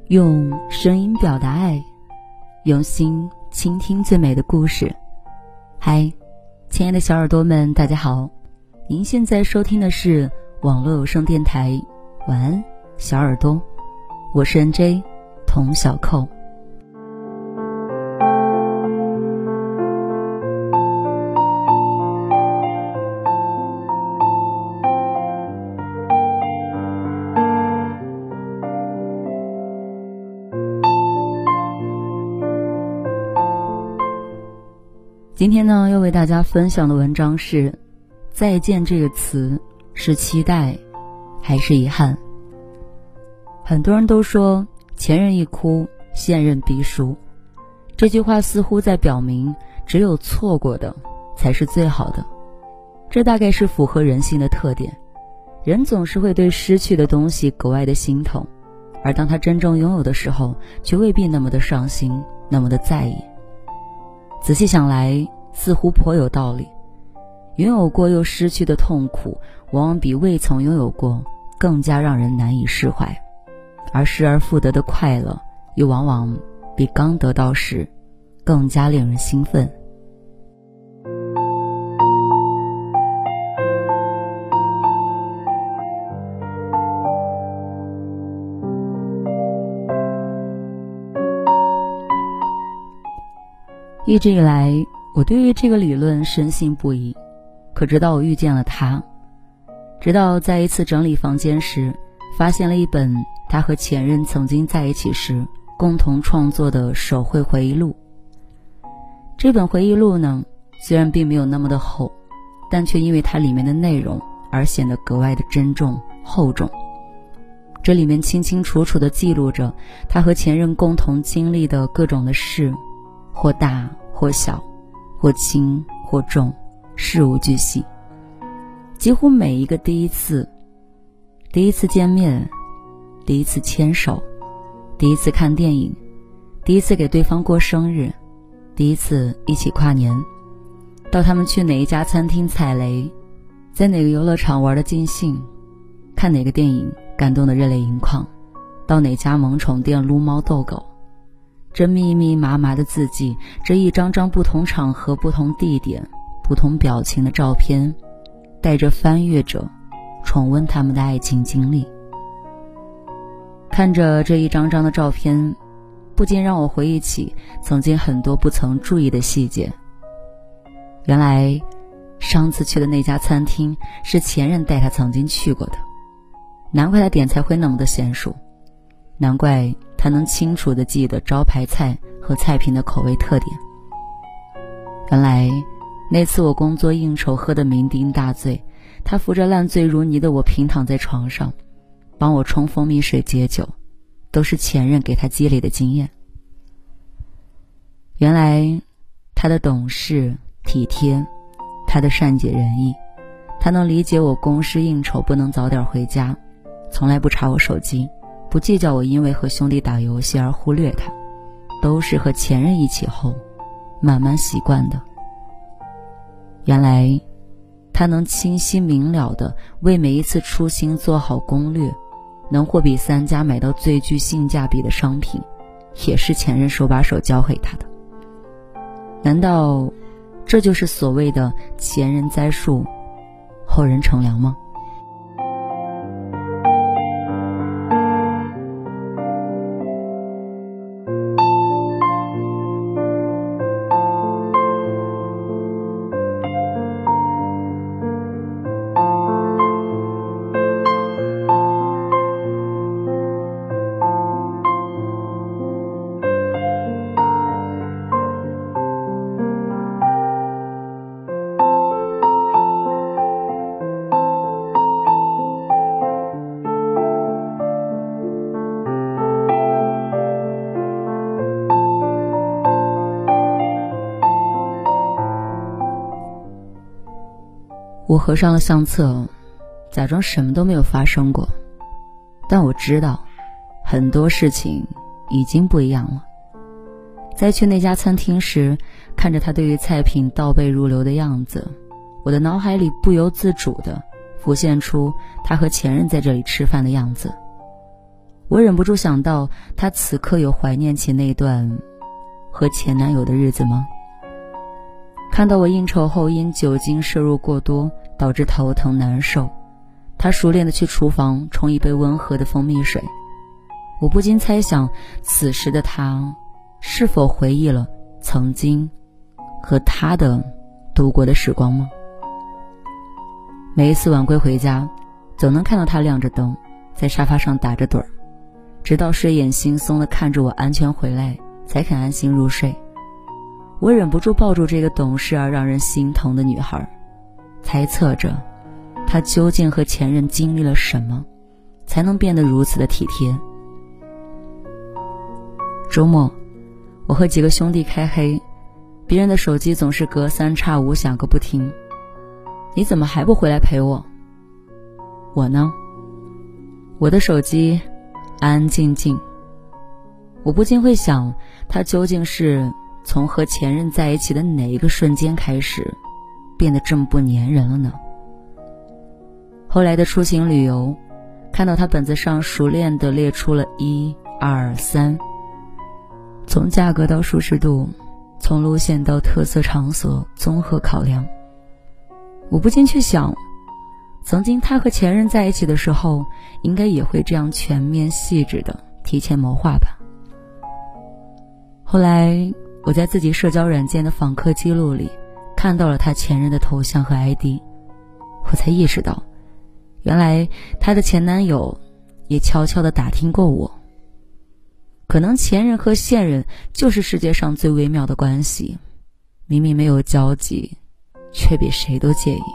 用声音表达爱，用心倾听最美的故事。嗨，亲爱的小耳朵们，大家好，您现在收听的是网络有声电台晚安小耳朵，我是 NJ 童小扣。今天呢，要为大家分享的文章是再见这个词是期待还是遗憾。很多人都说前任一哭现任必输，这句话似乎在表明只有错过的才是最好的。这大概是符合人性的特点，人总是会对失去的东西格外的心痛，而当他真正拥有的时候，却未必那么的上心，那么的在意。仔细想来，似乎颇有道理。拥有过又失去的痛苦，往往比未曾拥有过更加让人难以释怀，而失而复得的快乐，又往往比刚得到时更加令人兴奋。一直以来，我对于这个理论深信不疑，可直到我遇见了他，直到在一次整理房间时，发现了一本他和前任曾经在一起时共同创作的手绘回忆录。这本回忆录呢，虽然并没有那么的厚，但却因为它里面的内容而显得格外的珍重厚重。这里面清清楚楚地记录着他和前任共同经历的各种的事，或大或小，或轻或重，事无巨细。几乎每一个第一次见面，第一次牵手，第一次看电影，第一次给对方过生日，第一次一起跨年，到他们去哪一家餐厅踩雷，在哪个游乐场玩得尽兴，看哪个电影感动得热泪盈眶，到哪家萌宠店撸猫逗狗，这密密麻麻的字迹，这一张张不同场合不同地点不同表情的照片，带着翻阅者重温他们的爱情经历。看着这一张张的照片，不禁让我回忆起曾经很多不曾注意的细节。原来上次去的那家餐厅是前任带他曾经去过的，难怪他点菜会那么的娴熟，难怪他能清楚地记得招牌菜和菜品的口味特点。原来那次我工作应酬喝得酩酊大醉，他扶着烂醉如泥的我平躺在床上，帮我冲蜂蜜水解酒，都是前任给他积累的经验。原来他的懂事体贴，他的善解人意，他能理解我公事应酬不能早点回家，从来不查我手机，不计较我因为和兄弟打游戏而忽略他，都是和前任一起后慢慢习惯的。原来他能清晰明了地为每一次出行做好攻略，能货比三家买到最具性价比的商品，也是前任手把手教会他的。难道这就是所谓的前人栽树，后人乘凉吗？我合上了相册，假装什么都没有发生过，但我知道很多事情已经不一样了。在去那家餐厅时，看着他对于菜品倒背如流的样子，我的脑海里不由自主地浮现出他和前任在这里吃饭的样子。 我忍不住想到，她此刻有怀念起那段和前男友的日子吗？看到我应酬后因酒精摄入过多导致头疼难受，她熟练地去厨房冲一杯温和的蜂蜜水，我不禁猜想，此时的她是否回忆了曾经和他的度过的时光吗？每一次晚归回家，总能看到他亮着灯，在沙发上打着盹儿，直到睡眼惺忪地看着我安全回来，才肯安心入睡。我忍不住抱住这个懂事而让人心疼的女孩，猜测着她究竟和前任经历了什么，才能变得如此的体贴。周末，我和几个兄弟开黑，别人的手机总是隔三差五响个不停。你怎么还不回来陪我？我呢，我的手机安安静静。我不禁会想，他究竟是从和前任在一起的哪一个瞬间开始变得这么不粘人了呢？后来的出行旅游，看到他本子上熟练地列出了1、2、3，从价格到舒适度，从路线到特色场所综合考量。我不禁去想，曾经他和前任在一起的时候，应该也会这样全面细致的提前谋划吧。后来我在自己社交软件的访客记录里看到了他前任的头像和 ID， 我才意识到，原来他的前男友也悄悄地打听过我。可能前任和现任就是世界上最微妙的关系，明明没有交集，却比谁都介意。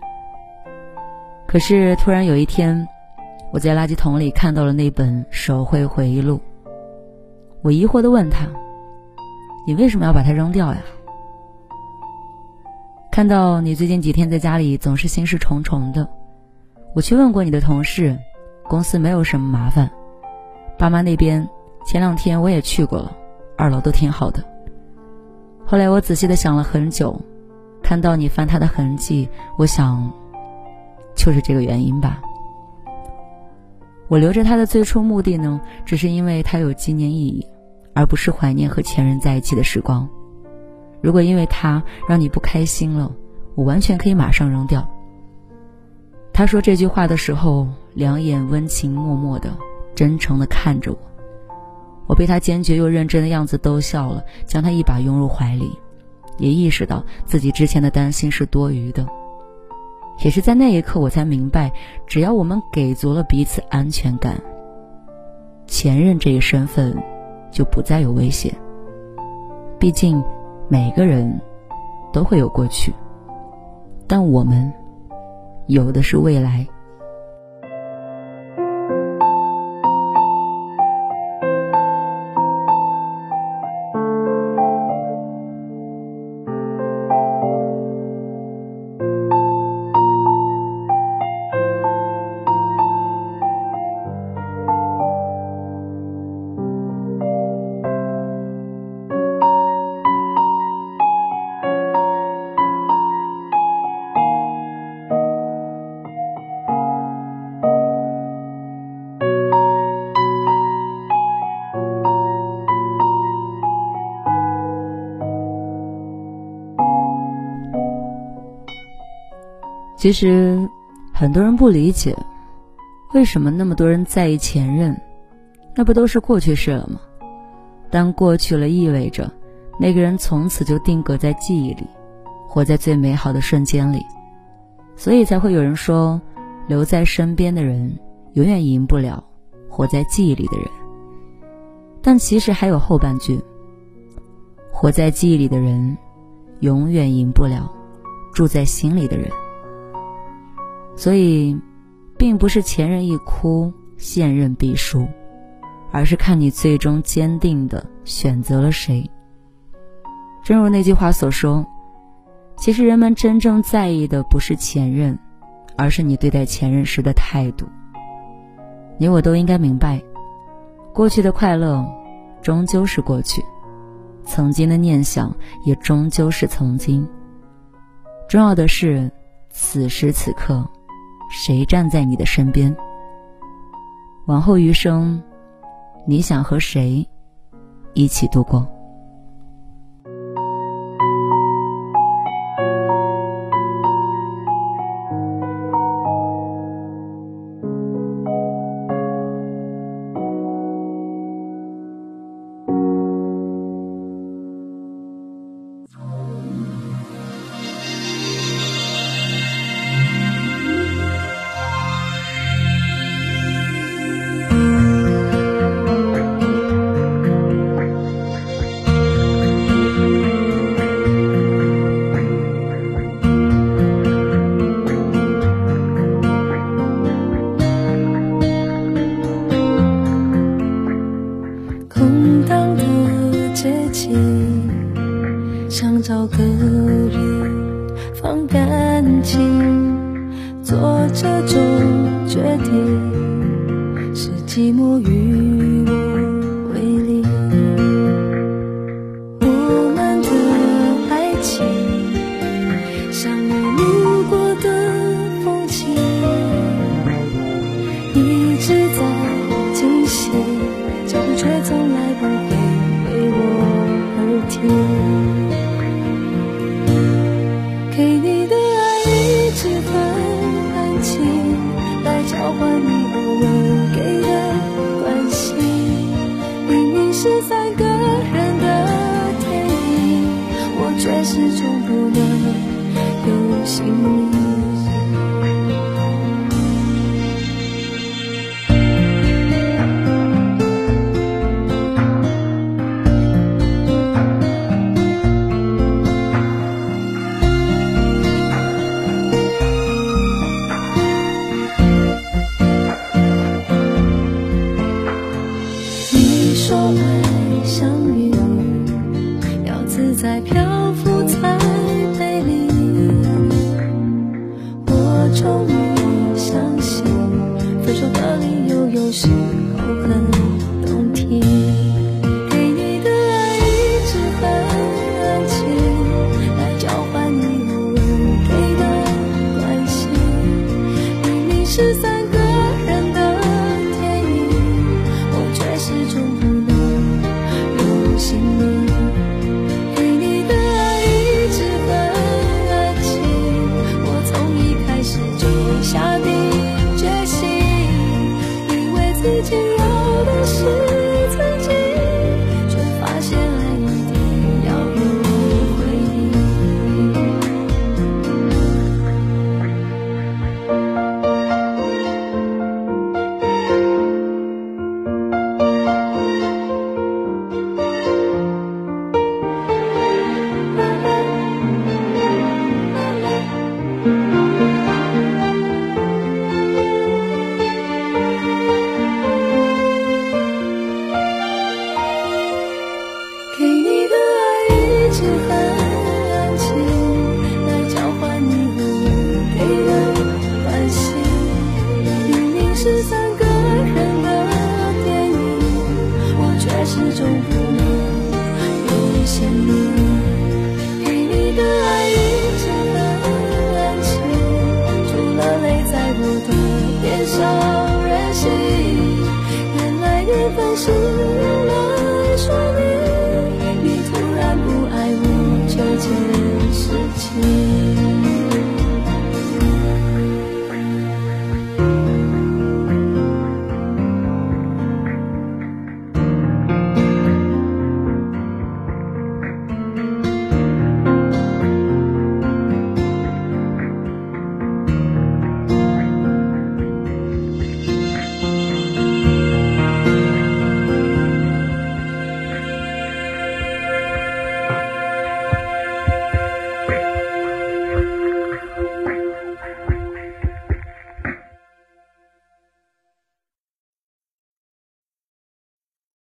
可是突然有一天，我在垃圾桶里看到了那本手绘回忆录，我疑惑地问他，你为什么要把它扔掉呀？看到你最近几天在家里总是心事重重的，我去问过你的同事，公司没有什么麻烦，爸妈那边前2天我也去过了，2楼都挺好的。后来我仔细地想了很久，看到你翻他的痕迹，我想就是这个原因吧。我留着他的最初目的呢，只是因为他有纪念意义，而不是怀念和前任在一起的时光。如果因为他让你不开心了，我完全可以马上扔掉。他说这句话的时候，两眼温情脉脉的，真诚地看着我。我被他坚决又认真的样子逗笑了，将他一把拥入怀里，也意识到自己之前的担心是多余的。也是在那一刻，我才明白，只要我们给足了彼此安全感，前任这一身份就不再有危险。毕竟每个人都会有过去，但我们有的是未来。其实很多人不理解，为什么那么多人在意前任，那不都是过去式了吗？但过去了意味着那个人从此就定格在记忆里，活在最美好的瞬间里，所以才会有人说，留在身边的人永远赢不了活在记忆里的人。但其实还有后半句，活在记忆里的人永远赢不了住在心里的人。所以并不是前任一哭现任必输，而是看你最终坚定地选择了谁。正如那句话所说，其实人们真正在意的不是前任，而是你对待前任时的态度。你我都应该明白，过去的快乐终究是过去，曾经的念想也终究是曾经。重要的是此时此刻谁站在你的身边。往后余生， 你想和谁一起度过？ 空荡的街景，想找个人放感情，做这种决定是寂寞与我为邻。我们的爱情像你路过的风景，一直在进行，脚步却从来不会为我而停。给你的爱一直很安静，来交换你偶尔给的关心。明明是三个人的电影，我却始终不能有姓名。说爱像云，要自在漂浮